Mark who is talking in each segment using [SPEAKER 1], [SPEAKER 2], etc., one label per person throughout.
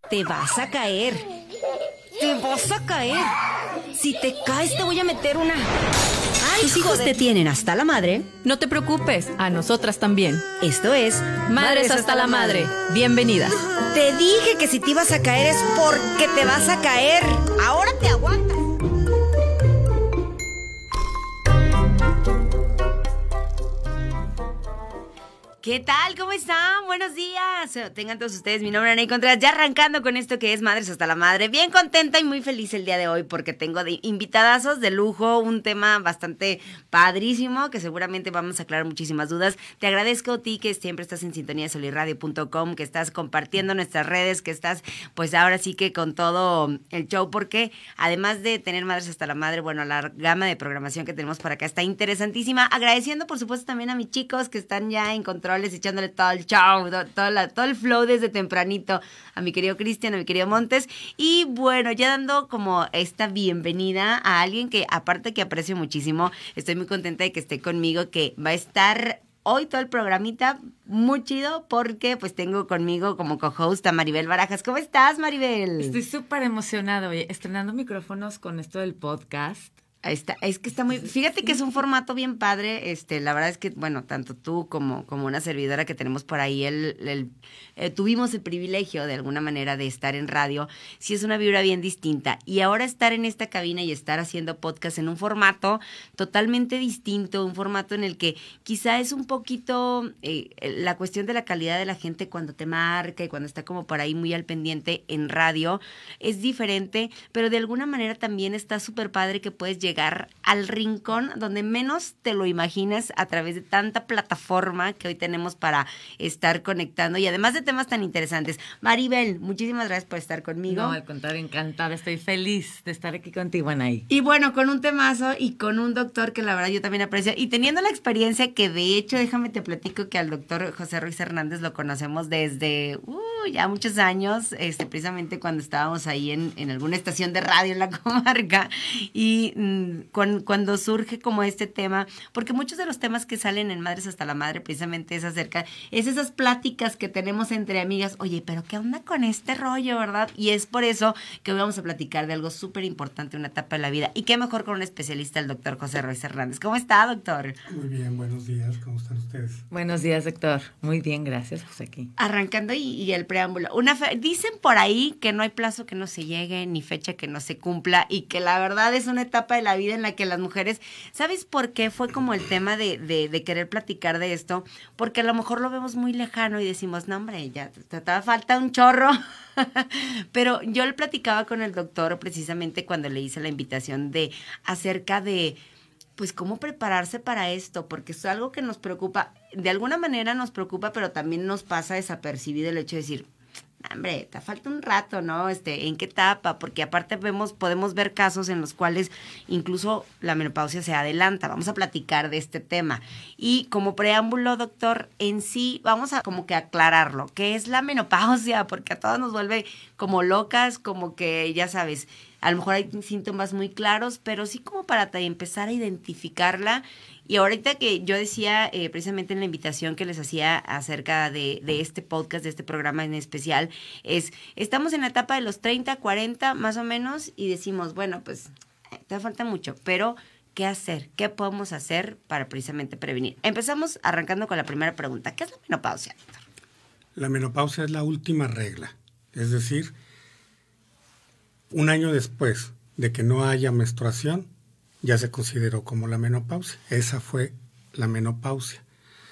[SPEAKER 1] Te vas a caer. Te vas a caer. Si te caes te voy a meter una... ¡Ay, tus hijos te tienen hasta la madre!
[SPEAKER 2] No te preocupes, a nosotras también.
[SPEAKER 1] Esto es...
[SPEAKER 2] Madres hasta la madre. Bienvenidas.
[SPEAKER 1] Te dije que si te ibas a caer es porque te vas a caer. Ahora te aguantas. ¿Qué tal? ¿Cómo están? Buenos días. Tengan todos ustedes mi nombre, Anaí Contreras, ya arrancando con esto que es Madres hasta la Madre. Bien contenta y muy feliz el día de hoy porque tengo de invitadazos de lujo, un tema bastante padrísimo que seguramente vamos a aclarar muchísimas dudas. Te agradezco a ti que siempre estás en sintonía de solirradio.com, que estás compartiendo nuestras redes, que estás pues ahora sí que con todo el show, porque además de tener Madres hasta la Madre, bueno, la gama de programación que tenemos por acá está interesantísima. Agradeciendo por supuesto también a mis chicos que están ya en control, echándole todo el show, todo el flow desde tempranito, a mi querido Cristian, a mi querido Montes, y bueno, ya dando como esta bienvenida a alguien que aparte que aprecio muchísimo, estoy muy contenta de que esté conmigo, que va a estar hoy todo el programita muy chido, porque pues tengo conmigo como co-host a Maribel Barajas. ¿Cómo estás, Maribel?
[SPEAKER 3] Estoy súper emocionada, oye, estrenando micrófonos con esto del podcast.
[SPEAKER 1] Ahí está, es que está muy... Fíjate que es un formato bien padre, la verdad es que, bueno, tanto tú como una servidora que tenemos por ahí, tuvimos el privilegio de alguna manera de estar en radio, sí es una vibra bien distinta, y ahora estar en esta cabina y estar haciendo podcast en un formato totalmente distinto, un formato en el que quizá es un poquito la cuestión de la calidad de la gente cuando te marca y cuando está como por ahí muy al pendiente en radio, es diferente, pero de alguna manera también está súper padre que puedes llegar al rincón donde menos te lo imaginas a través de tanta plataforma que hoy tenemos para estar conectando y además de temas tan interesantes. Maribel, muchísimas gracias por estar conmigo.
[SPEAKER 3] No, al contrario, encantada, estoy feliz de estar aquí contigo, Anaí.
[SPEAKER 1] Y bueno, con un temazo y con un doctor que la verdad yo también aprecio y teniendo la experiencia que de hecho, déjame te platico que al doctor José Ruiz Hernández lo conocemos desde ya muchos años, precisamente cuando estábamos ahí en alguna estación de radio en la comarca y cuando surge como este tema, porque muchos de los temas que salen en Madres hasta la Madre precisamente es esas pláticas que tenemos entre amigas, oye, pero ¿qué onda con este rollo, verdad? Y es por eso que hoy vamos a platicar de algo súper importante, una etapa de la vida, y qué mejor con un especialista, el doctor José Ruiz Hernández. ¿Cómo está, doctor?
[SPEAKER 4] Muy bien, buenos días, ¿cómo están ustedes?
[SPEAKER 3] Buenos días, doctor. Muy bien, gracias, pues aquí.
[SPEAKER 1] Arrancando y el preámbulo. Dicen por ahí que no hay plazo que no se llegue, ni fecha que no se cumpla, y que la verdad es una etapa de la vida en la que las mujeres, ¿sabes por qué fue como el tema de querer platicar de esto? Porque a lo mejor lo vemos muy lejano y decimos, no hombre, ya te falta un chorro. Pero yo le platicaba con el doctor precisamente cuando le hice la invitación acerca de pues cómo prepararse para esto, porque es algo que nos preocupa, de alguna manera nos preocupa, pero también nos pasa desapercibido el hecho de decir, hombre, te falta un rato, ¿no? ¿En qué etapa? Porque aparte podemos ver casos en los cuales incluso la menopausia se adelanta. Vamos a platicar de este tema. Y como preámbulo, doctor, en sí, vamos a como que aclararlo. ¿Qué es la menopausia? Porque a todas nos vuelve como locas, como que, ya sabes, a lo mejor hay síntomas muy claros, pero sí como para empezar a identificarla. Y ahorita que yo decía precisamente en la invitación que les hacía acerca de este podcast, de este programa en especial, estamos en la etapa de los 30, 40 más o menos y decimos, bueno, pues te falta mucho, pero ¿qué hacer? ¿Qué podemos hacer para precisamente prevenir? Empezamos arrancando con la primera pregunta. ¿Qué es la menopausia, doctor?
[SPEAKER 4] La menopausia es la última regla, es decir, un año después de que no haya menstruación, ya se consideró como la menopausia. Esa fue la menopausia.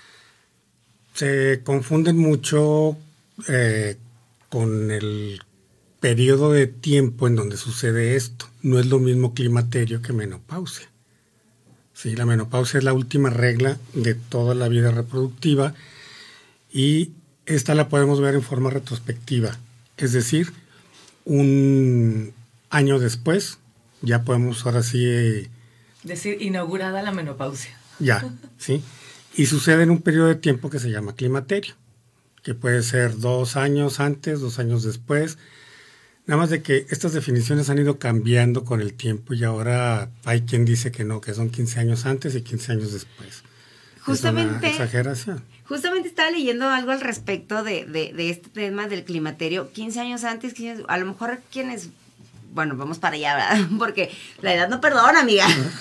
[SPEAKER 4] Se confunden mucho con el periodo de tiempo en donde sucede esto. No es lo mismo climaterio que menopausia. Sí, la menopausia es la última regla de toda la vida reproductiva y esta la podemos ver en forma retrospectiva. Es decir, un año después ya podemos ahora sí...
[SPEAKER 3] decir, inaugurada la menopausia.
[SPEAKER 4] Ya, sí. Y sucede en un periodo de tiempo que se llama climaterio, que puede ser 2 años antes, 2 años después. Nada más de que estas definiciones han ido cambiando con el tiempo y ahora hay quien dice que no, que son 15 años antes y 15 años después.
[SPEAKER 1] Justamente,
[SPEAKER 4] es una exageración.
[SPEAKER 1] Justamente estaba leyendo algo al respecto de este tema del climaterio. 15 años antes, a lo mejor quienes... Bueno, vamos para allá, ¿verdad? Porque la edad no perdona, amiga.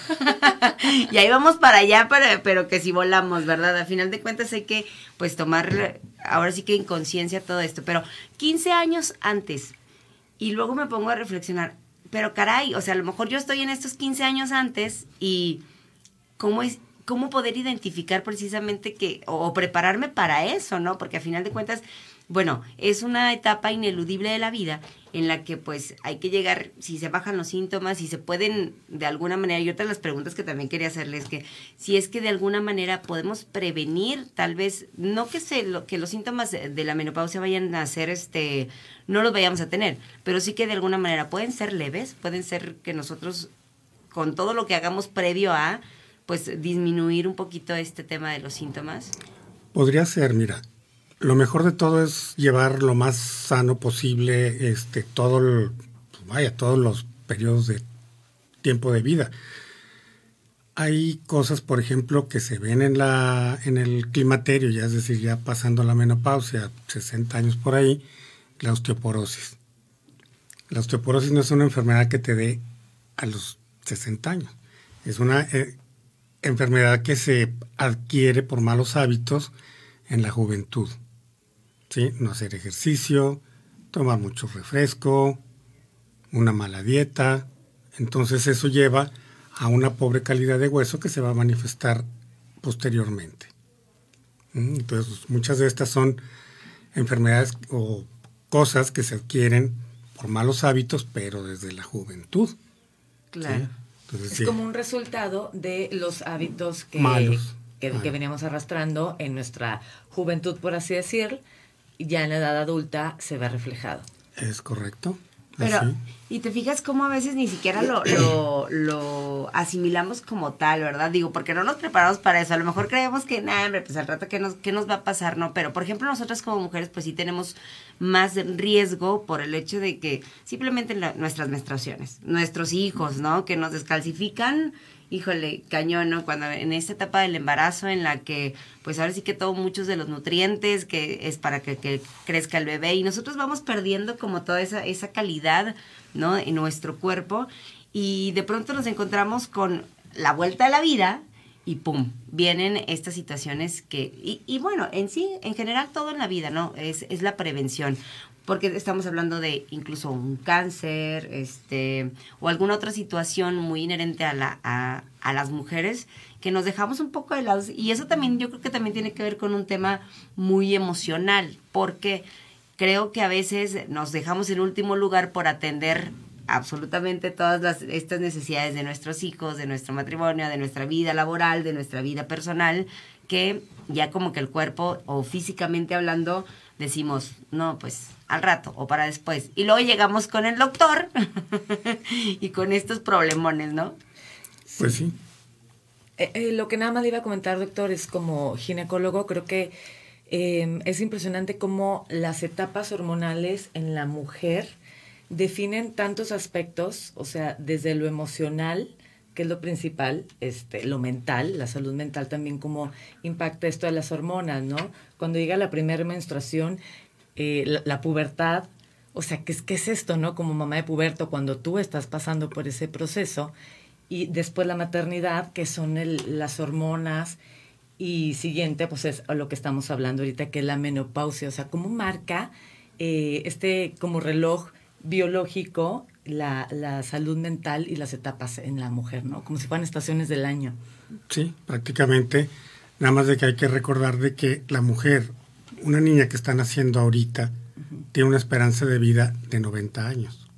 [SPEAKER 1] Y ahí vamos para allá, pero que si volamos, ¿verdad? A final de cuentas hay que, pues, tomar, ahora sí que en conciencia todo esto. Pero 15 años antes, y luego me pongo a reflexionar, pero caray, o sea, a lo mejor yo estoy en estos 15 años antes y ¿cómo poder identificar precisamente o prepararme para eso, ¿no? Porque a final de cuentas, bueno, es una etapa ineludible de la vida en la que pues hay que llegar, si se bajan los síntomas, si se pueden de alguna manera, y otras las preguntas que también quería hacerles, que si es que de alguna manera podemos prevenir, tal vez, no que los síntomas de la menopausia vayan a ser, no los vayamos a tener, pero sí que de alguna manera pueden ser leves, pueden ser que nosotros, con todo lo que hagamos previo a, pues disminuir un poquito este tema de los síntomas.
[SPEAKER 4] Podría ser, mira, lo mejor de todo es llevar lo más sano posible todos los periodos de tiempo de vida. Hay cosas, por ejemplo, que se ven en el climaterio, ya es decir, ya pasando la menopausia, 60 años por ahí, la osteoporosis. La osteoporosis no es una enfermedad que te dé a los 60 años. Es una enfermedad que se adquiere por malos hábitos en la juventud. ¿Sí? No hacer ejercicio, tomar mucho refresco, una mala dieta. Entonces eso lleva a una pobre calidad de hueso que se va a manifestar posteriormente. Entonces muchas de estas son enfermedades o cosas que se adquieren por malos hábitos, pero desde la juventud.
[SPEAKER 1] Claro.
[SPEAKER 4] ¿Sí? Entonces,
[SPEAKER 3] Es como un resultado de los hábitos que veníamos arrastrando en nuestra juventud, por así decir, y ya en la edad adulta se ve reflejado.
[SPEAKER 4] Es correcto.
[SPEAKER 1] Pero,
[SPEAKER 4] así.
[SPEAKER 1] y te fijas cómo a veces ni siquiera lo asimilamos como tal, ¿verdad? Digo, porque no nos preparamos para eso. A lo mejor creemos que, hombre, pues al rato, ¿qué nos va a pasar? No, pero por ejemplo, nosotras como mujeres, pues sí tenemos más riesgo por el hecho de que simplemente nuestras menstruaciones, nuestros hijos, ¿no? Que nos descalcifican, híjole, cañón, ¿no? Cuando en esta etapa del embarazo en la que, pues ahora sí que muchos de los nutrientes que es para que crezca el bebé y nosotros vamos perdiendo como toda esa calidad, ¿no? En nuestro cuerpo y de pronto nos encontramos con la vuelta de la vida y pum, vienen estas situaciones y bueno, en sí, en general todo en la vida, ¿no? Es la prevención. Porque estamos hablando de incluso un cáncer, o alguna otra situación muy inherente a las mujeres que nos dejamos un poco de lado. Y eso también, yo creo que también tiene que ver con un tema muy emocional, porque creo que a veces nos dejamos en último lugar por atender absolutamente todas estas necesidades de nuestros hijos, de nuestro matrimonio, de nuestra vida laboral, de nuestra vida personal, que ya como que el cuerpo, o físicamente hablando, decimos, no, pues al rato o para después. Y luego llegamos con el doctor y con estos problemones, ¿no?
[SPEAKER 4] Pues sí.
[SPEAKER 3] Lo que nada más le iba a comentar, doctor, es como ginecólogo, creo que es impresionante cómo las etapas hormonales en la mujer definen tantos aspectos, o sea, desde lo emocional, que es lo principal, lo mental, la salud mental también, cómo impacta esto de las hormonas, ¿no? Cuando llega la primera menstruación, la pubertad, o sea, ¿qué es esto, no? Como mamá de puberto, cuando tú estás pasando por ese proceso, y después la maternidad, que son las hormonas, y siguiente, pues es a lo que estamos hablando ahorita, que es la menopausia, o sea, cómo marca como reloj biológico la salud mental y las etapas en la mujer, ¿no? Como si fueran estaciones del año.
[SPEAKER 4] Sí, prácticamente. Nada más de que hay que recordar de que la mujer, una niña que está naciendo ahorita, tiene una esperanza de vida de 90 años.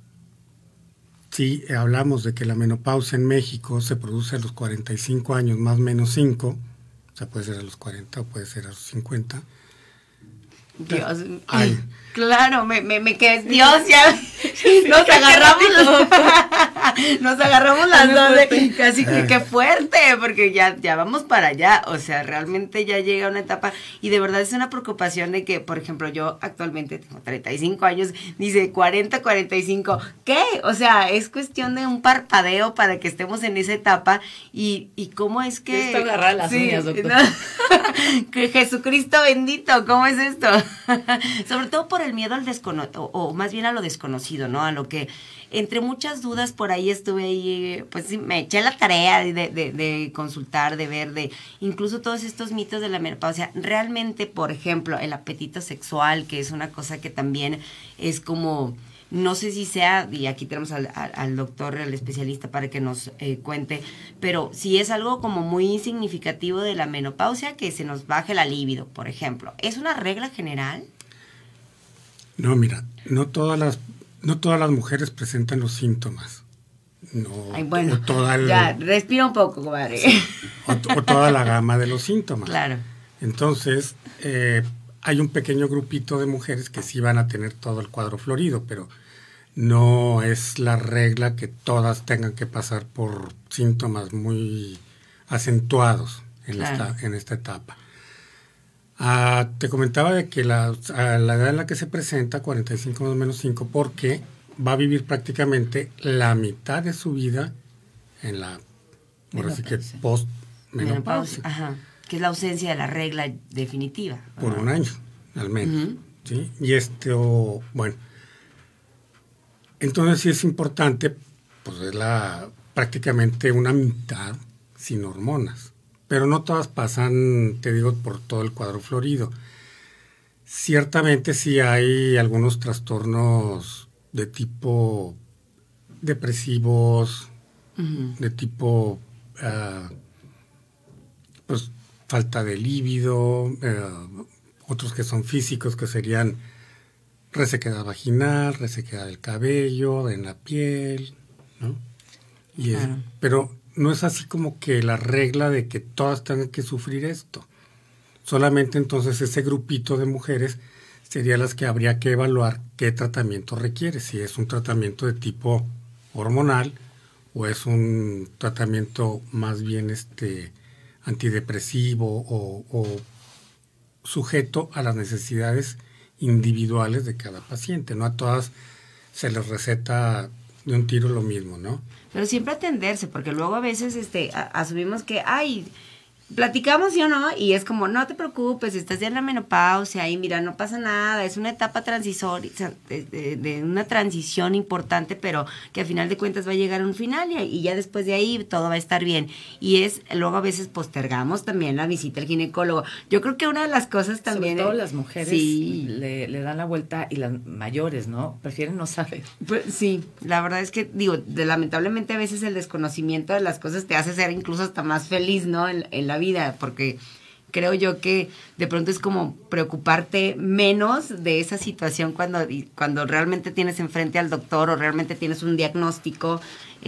[SPEAKER 4] Si hablamos de que la menopausia en México se produce a los 45 años, más o menos 5, o sea, puede ser a los 40 o puede ser a los 50.
[SPEAKER 1] Dios,
[SPEAKER 4] Ay.
[SPEAKER 1] claro, me quedé, Dios, ya. Nos agarramos las dos, casi que qué fuerte, porque ya vamos para allá, o sea, realmente ya llega una etapa, y de verdad es una preocupación de que, por ejemplo, yo actualmente tengo 35 años, dice 40, 45, ¿qué? O sea, es cuestión de un parpadeo para que estemos en esa etapa, y cómo es que...
[SPEAKER 3] Está agarrada las uñas, doctor.
[SPEAKER 1] ¿no? Que Jesucristo bendito, ¿cómo es esto? Sobre todo por el miedo al desconocido, o más bien a lo desconocido, ¿no? A lo que, entre muchas dudas, por ahí estuve ahí, pues sí, me eché la tarea de consultar, de ver, de incluso todos estos mitos de la menopausia. Realmente, por ejemplo, el apetito sexual, que es una cosa que también es como... No sé si sea, y aquí tenemos al doctor, al especialista, para que nos cuente, pero si es algo como muy significativo de la menopausia, que se nos baje la libido, por ejemplo. ¿Es una regla general?
[SPEAKER 4] No, mira, no todas las mujeres presentan los síntomas. No,
[SPEAKER 1] ay, bueno,
[SPEAKER 4] o
[SPEAKER 1] ya, respira un poco, comadre.
[SPEAKER 4] Sí, o toda la gama de los síntomas.
[SPEAKER 1] Claro.
[SPEAKER 4] Entonces, hay un pequeño grupito de mujeres que sí van a tener todo el cuadro florido, pero no es la regla que todas tengan que pasar por síntomas muy acentuados en esta etapa. Te comentaba de que a la edad en la que se presenta, 45 más o menos 5, porque va a vivir prácticamente la mitad de su vida en la, ahora sí que post-menopausia.
[SPEAKER 1] Ajá, que es la ausencia de la regla definitiva.
[SPEAKER 4] Por un año, al menos. ¿Sí? Y bueno, entonces sí es importante, pues es prácticamente una mitad sin hormonas. Pero no todas pasan, te digo, por todo el cuadro florido. Ciertamente sí hay algunos trastornos de tipo depresivos, de tipo, pues, falta de líbido, otros que son físicos, que serían resequedad vaginal, resequedad del cabello, en la piel, ¿no? Pero no es así como que la regla de que todas tengan que sufrir esto. Solamente entonces ese grupito de mujeres serían las que habría que evaluar qué tratamiento requiere, si es un tratamiento de tipo hormonal o es un tratamiento más bien antidepresivo o sujeto a las necesidades individuales de cada paciente. No a todas se les receta de un tiro lo mismo, ¿no?
[SPEAKER 1] Pero siempre atenderse, porque luego a veces asumimos que, platicamos, ¿sí o no? Y es como, no te preocupes, estás ya en la menopausia y mira, no pasa nada, es una etapa transisoria, de una transición importante, pero que al final de cuentas va a llegar a un final y ya después de ahí todo va a estar bien. Y luego a veces postergamos también la visita al ginecólogo. Yo creo que una de las cosas también...
[SPEAKER 3] Sobre todo las mujeres
[SPEAKER 1] sí,
[SPEAKER 3] le dan la vuelta, y las mayores, ¿no? Prefieren no saber.
[SPEAKER 1] Pues, sí, la verdad es que, lamentablemente a veces el desconocimiento de las cosas te hace ser incluso hasta más feliz, ¿no? En la vida, porque creo yo que de pronto es como preocuparte menos de esa situación cuando realmente tienes enfrente al doctor o realmente tienes un diagnóstico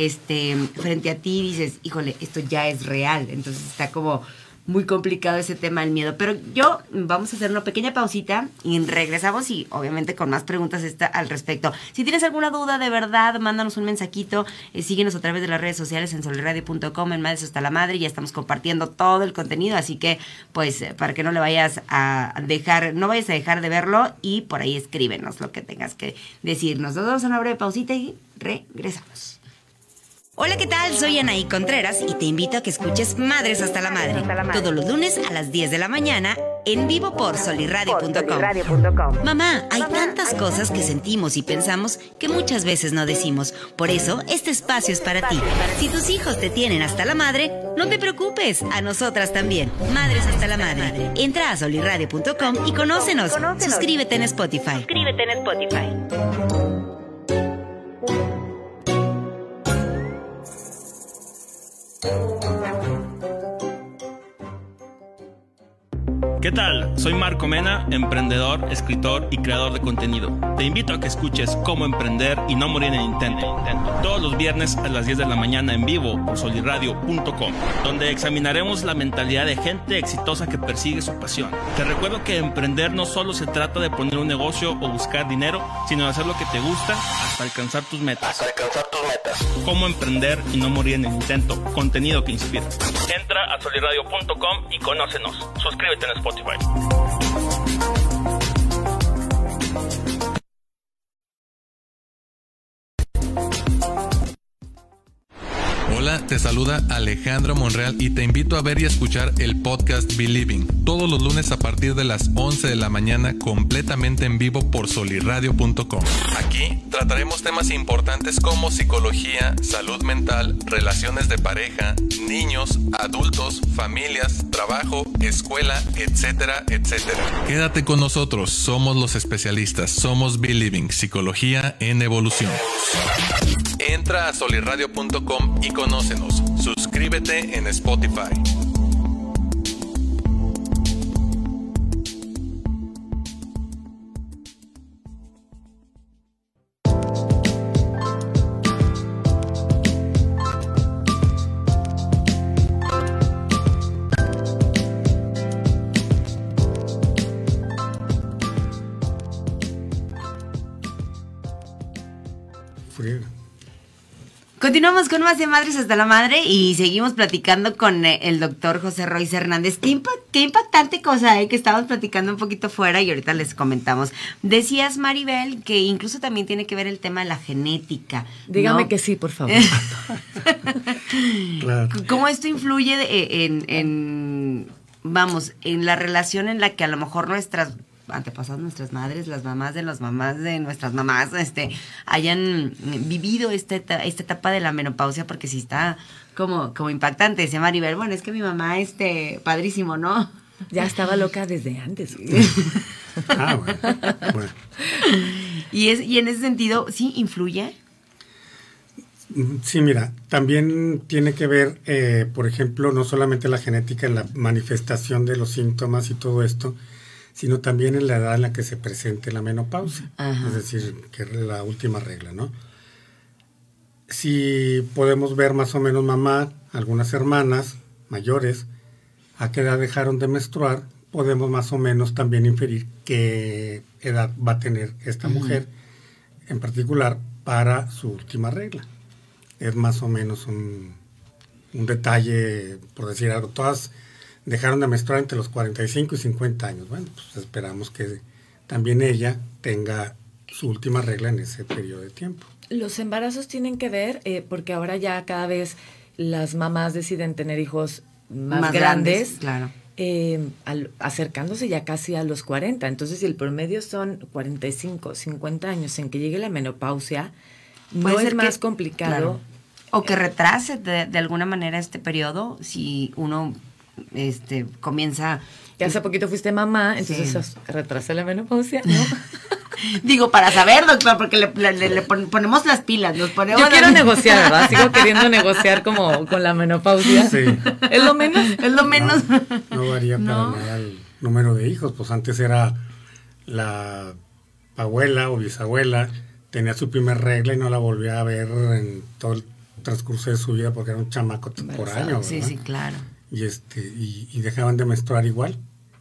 [SPEAKER 1] frente a ti y dices, híjole, esto ya es real. Entonces está como muy complicado ese tema del miedo. Pero vamos a hacer una pequeña pausita y regresamos y obviamente con más preguntas al respecto. Si tienes alguna duda, de verdad, mándanos un mensajito, síguenos a través de las redes sociales en solirradio.com, en Madres hasta la Madre, ya estamos compartiendo todo el contenido, así que pues para que no vayas a dejar de verlo, y por ahí escríbenos lo que tengas que decirnos. Nos vamos a una breve pausita y regresamos. Hola, ¿qué tal? Soy Anaí Contreras y te invito a que escuches Madres hasta la Madre, todos los lunes a las 10 de la mañana, en vivo por solirradio.com. Mamá, hay tantas cosas que sentimos y pensamos que muchas veces no decimos. Por eso, este espacio es para ti. Si tus hijos te tienen hasta la madre, no te preocupes, a nosotras también. Madres hasta la Madre. Entra a solirradio.com y conócenos. Suscríbete en Spotify.
[SPEAKER 5] ¿Qué ¿Qué tal? Soy Marco Mena, emprendedor, escritor y creador de contenido. Te invito a que escuches Cómo Emprender y No Morir en el Intento. Todos los viernes a las 10 de la mañana en vivo por solirradio.com, donde examinaremos la mentalidad de gente exitosa que persigue su pasión. Te recuerdo que emprender no solo se trata de poner un negocio o buscar dinero, sino de hacer lo que te gusta hasta alcanzar tus metas. Cómo Emprender y No Morir en el Intento. Contenido que inspira. Entra a solirradio.com y conócenos. Suscríbete en Spotify.
[SPEAKER 6] Hola, te saluda Alejandro Monreal y te invito a ver y escuchar el podcast Believing todos los lunes a partir de las 11 de la mañana completamente en vivo por solirradio.com. Aquí trataremos temas importantes como psicología, salud mental, relaciones de pareja, niños, adultos, familias, trabajo, escuela, etcétera, etcétera. Quédate con nosotros, somos los especialistas, somos Believing, psicología en evolución. Entra a solirradio.com y conócenos. Suscríbete en Spotify.
[SPEAKER 1] Continuamos con más de Madres hasta la Madre y seguimos platicando con el doctor José Royce Hernández. Qué impactante cosa, que estábamos platicando un poquito fuera y ahorita les comentamos. Decías, Maribel, que incluso también tiene que ver el tema de la genética.
[SPEAKER 3] Dígame,
[SPEAKER 1] ¿no?
[SPEAKER 3] que sí, por favor.
[SPEAKER 4] Claro.
[SPEAKER 1] ¿Cómo esto influye en la relación en la que a lo mejor nuestras antepasadas, nuestras madres, las mamás de nuestras mamás, hayan vivido esta etapa de la menopausia? Porque sí está como impactante. Dice Maribel, bueno, es que mi mamá, padrísimo, ¿no?
[SPEAKER 3] Ya estaba loca desde antes.
[SPEAKER 4] Bueno.
[SPEAKER 1] Y en ese sentido, ¿sí influye?
[SPEAKER 4] Sí, mira, también tiene que ver, por ejemplo, no solamente la genética en la manifestación de los síntomas y todo esto, sino también en la edad en la que se presente la menopausia. Ajá. Es decir, que es la última regla, ¿no? Si podemos ver más o menos mamá, algunas hermanas mayores, a qué edad dejaron de menstruar, podemos más o menos también inferir qué edad va a tener esta mujer, en particular, para su última regla. Es más o menos un detalle, por decir algo. Todas dejaron de menstruar entre los 45 y 50 años. Bueno, pues esperamos que también ella tenga su última regla en ese periodo de tiempo.
[SPEAKER 3] Los embarazos tienen que ver, porque ahora ya cada vez las mamás deciden tener hijos más grandes,
[SPEAKER 1] claro.
[SPEAKER 3] Acercándose ya casi a los 40. Entonces, si el promedio son 45, 50 años en que llegue la menopausia, no es más complicado.
[SPEAKER 1] Claro. O que retrase de alguna manera este periodo, si uno comienza...
[SPEAKER 3] Que hace poquito fuiste mamá, entonces retrasa la menopausia, ¿no?
[SPEAKER 1] Digo, para saber, doctor, porque le ponemos las pilas. Yo
[SPEAKER 3] quiero negociar, ¿verdad? Sigo queriendo negociar como con la menopausia.
[SPEAKER 4] Sí.
[SPEAKER 3] ¿Es lo menos?
[SPEAKER 1] Es lo menos.
[SPEAKER 4] No varía para nada el número de hijos. Pues antes era la abuela o bisabuela, tenía su primer regla y no la volvía a ver en todo el transcurso de su vida porque era un chamaco por año, ¿verdad?
[SPEAKER 1] Sí, sí, claro.
[SPEAKER 4] Y dejaban de menstruar igual.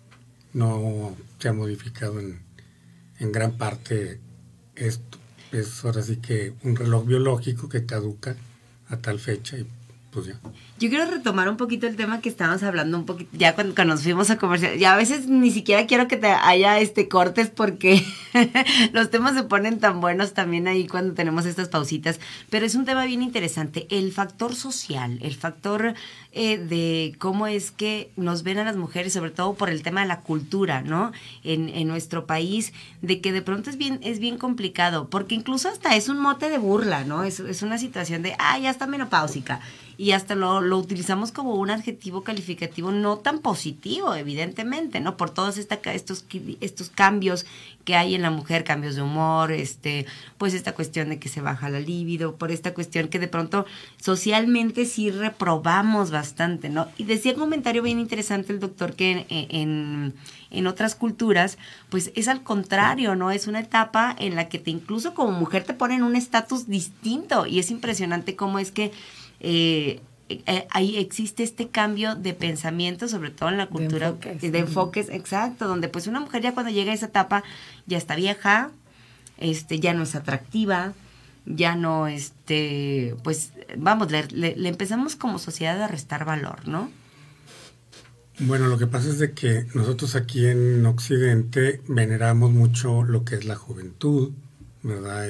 [SPEAKER 4] No se ha modificado en gran parte esto. Es ahora sí que un reloj biológico que caduca a tal fecha y pues ya.
[SPEAKER 1] Yo quiero retomar un poquito el tema que estábamos hablando un poquito, ya cuando nos fuimos a comercial. Ya a veces ni siquiera quiero que haya cortes porque los temas se ponen tan buenos también ahí cuando tenemos estas pausitas. Pero es un tema bien interesante. El factor social, el factor de cómo es que nos ven a las mujeres, sobre todo por el tema de la cultura, ¿no? En nuestro país, de que de pronto es bien complicado, porque incluso hasta es un mote de burla, ¿no? Es una situación de, ya está menopáusica. y hasta lo utilizamos como un adjetivo calificativo no tan positivo, evidentemente, ¿no? Por todos estos cambios que hay en la mujer, cambios de humor, pues esta cuestión de que se baja la libido, por esta cuestión que de pronto socialmente sí reprobamos bastante, ¿no? Y decía un comentario bien interesante el doctor que en otras culturas, pues es al contrario, ¿no? Es una etapa en la que incluso como mujer te ponen un estatus distinto y es impresionante cómo es que ahí existe este cambio de pensamiento, sobre todo en la cultura de enfoques, exacto, donde pues una mujer ya cuando llega a esa etapa ya está vieja, ya no es atractiva, ya no, pues vamos, le empezamos como sociedad a restar valor, ¿no?
[SPEAKER 4] Bueno, lo que pasa es de que nosotros aquí en Occidente veneramos mucho lo que es la juventud, ¿verdad?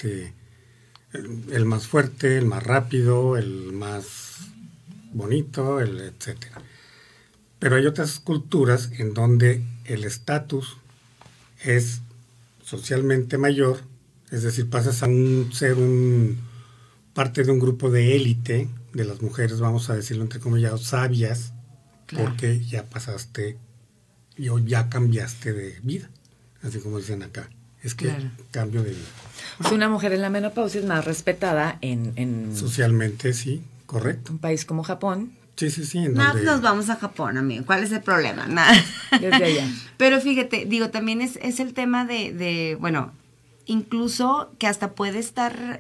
[SPEAKER 4] El más fuerte, el más rápido, el más bonito, etcétera. Pero hay otras culturas en donde el estatus es socialmente mayor, es decir, pasas a ser parte de un grupo de élite de las mujeres, vamos a decirlo entre comillas, sabias, claro. Porque ya pasaste o ya cambiaste de vida, así como dicen acá. Es que claro. Cambio de vida.
[SPEAKER 3] Si una mujer en la menopausia es más respetada en
[SPEAKER 4] socialmente, sí, correcto.
[SPEAKER 3] Un país como Japón.
[SPEAKER 4] Sí.
[SPEAKER 1] No, nos vamos a Japón, amigo. ¿Cuál es el problema? Nada.
[SPEAKER 3] Desde allá.
[SPEAKER 1] Pero fíjate, digo, también es el tema de, bueno, incluso que hasta puede estar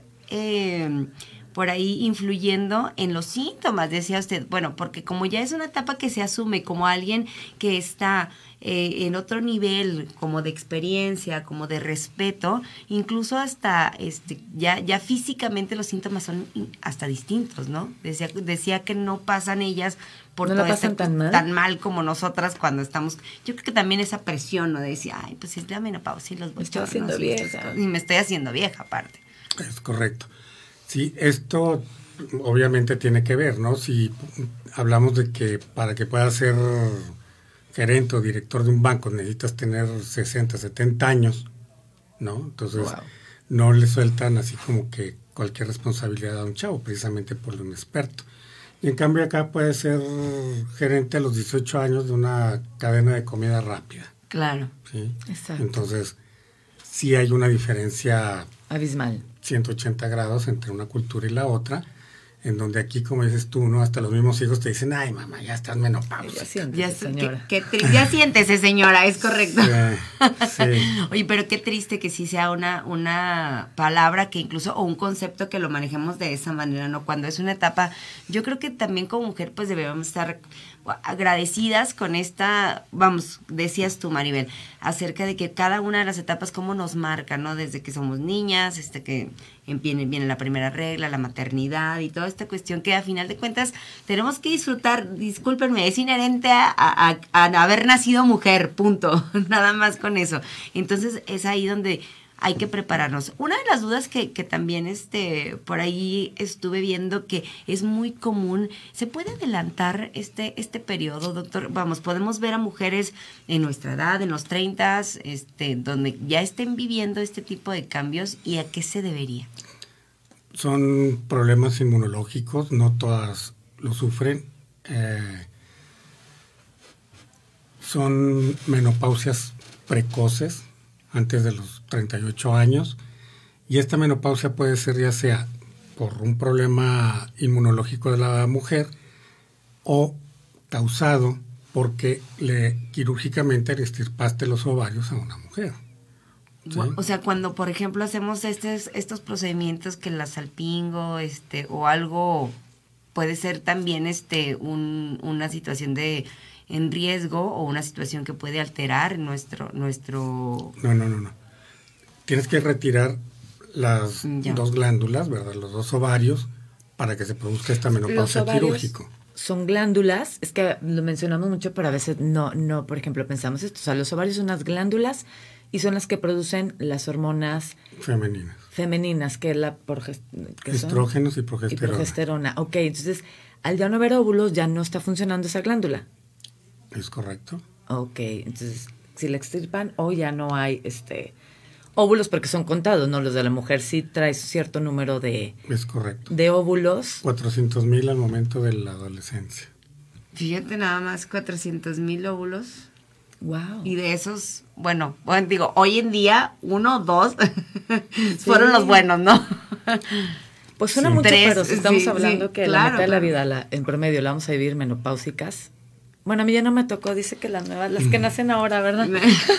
[SPEAKER 1] por ahí influyendo en los síntomas, decía usted. Bueno, porque como ya es una etapa que se asume como alguien que está en otro nivel, como de experiencia, como de respeto, incluso hasta ya físicamente los síntomas son hasta distintos, ¿no? Decía que no pasan ellas por
[SPEAKER 3] no
[SPEAKER 1] todo
[SPEAKER 3] pasan
[SPEAKER 1] tan mal como nosotras cuando estamos. Yo creo que también esa presión, ¿no? De decir, ay, pues es la menopausia y los bochornos.
[SPEAKER 3] Me estoy haciendo vieja.
[SPEAKER 1] Y me estoy haciendo vieja, aparte.
[SPEAKER 4] Es correcto. Sí, esto obviamente tiene que ver, ¿no? Si hablamos de que para que puedas ser gerente o director de un banco necesitas tener 60, 70 años, ¿no? Entonces, wow. No le sueltan así como que cualquier responsabilidad a un chavo, precisamente por lo inexperto. Y en cambio acá puede ser gerente a los 18 años de una cadena de comida rápida.
[SPEAKER 1] Claro.
[SPEAKER 4] ¿Sí?
[SPEAKER 3] Exacto.
[SPEAKER 4] Entonces, sí hay una diferencia
[SPEAKER 3] abismal.
[SPEAKER 4] 180 grados entre una cultura y la otra, en donde aquí, como dices tú, ¿no? Hasta los mismos hijos te dicen, ay, mamá, ya estás menopausia.
[SPEAKER 3] Ya señora.
[SPEAKER 1] Ya siéntese, señora, es correcto.
[SPEAKER 4] Sí.
[SPEAKER 1] Oye, pero qué triste que sí sea una palabra que incluso, o un concepto que lo manejemos de esa manera, ¿no? Cuando es una etapa, yo creo que también como mujer, pues debemos estar agradecidas con esta, vamos, decías tú, Maribel, acerca de que cada una de las etapas cómo nos marca, ¿no? Desde que somos niñas, que viene la primera regla, la maternidad y toda esta cuestión que a final de cuentas tenemos que disfrutar, discúlpenme, es inherente a haber nacido mujer, punto, nada más con eso. Entonces es ahí donde hay que prepararnos. Una de las dudas que también por ahí estuve viendo que es muy común, ¿se puede adelantar este periodo, doctor? Vamos, podemos ver a mujeres en nuestra edad, en los 30, donde ya estén viviendo este tipo de cambios, ¿y a qué se debería?
[SPEAKER 4] Son problemas inmunológicos, no todas lo sufren. Son menopausias precoces, antes de los 38 años, y esta menopausia puede ser ya sea por un problema inmunológico de la mujer o causado porque quirúrgicamente le extirpaste los ovarios a una mujer. ¿Sí?
[SPEAKER 1] O sea, cuando por ejemplo hacemos estos procedimientos que la salpingo o algo, puede ser también una situación en riesgo o una situación que puede alterar nuestro...
[SPEAKER 4] No. Tienes que retirar las dos glándulas, ¿verdad? Los dos ovarios para que se produzca esta menopausia quirúrgica.
[SPEAKER 3] Son glándulas, es que lo mencionamos mucho, pero a veces no, por ejemplo, pensamos esto. O sea, los ovarios son unas glándulas y son las que producen las hormonas femeninas, que es la
[SPEAKER 4] estrógenos y progesterona.
[SPEAKER 3] Ok, entonces, al ya no haber óvulos, ya no está funcionando esa glándula.
[SPEAKER 4] Es correcto.
[SPEAKER 3] Ok, entonces, si la extirpan o ya no hay óvulos porque son contados, ¿no? Los de la mujer sí trae cierto número
[SPEAKER 4] Es correcto.
[SPEAKER 3] de óvulos.
[SPEAKER 4] 400,000 al momento de la adolescencia.
[SPEAKER 1] Fíjate nada más, 400,000 óvulos.
[SPEAKER 3] Wow.
[SPEAKER 1] Y de esos, bueno, digo, hoy en día, 1 o 2 fueron los buenos, ¿no?
[SPEAKER 3] Pues suena
[SPEAKER 4] Sí.
[SPEAKER 3] mucho,
[SPEAKER 1] 3,
[SPEAKER 3] pero si estamos
[SPEAKER 1] sí,
[SPEAKER 3] hablando
[SPEAKER 1] sí,
[SPEAKER 3] que
[SPEAKER 1] claro,
[SPEAKER 3] la mitad de la
[SPEAKER 1] claro.
[SPEAKER 3] vida, en promedio, la vamos a vivir menopáusicas. Bueno, a mí ya no me tocó, dice que las nuevas, las que nacen ahora, ¿verdad?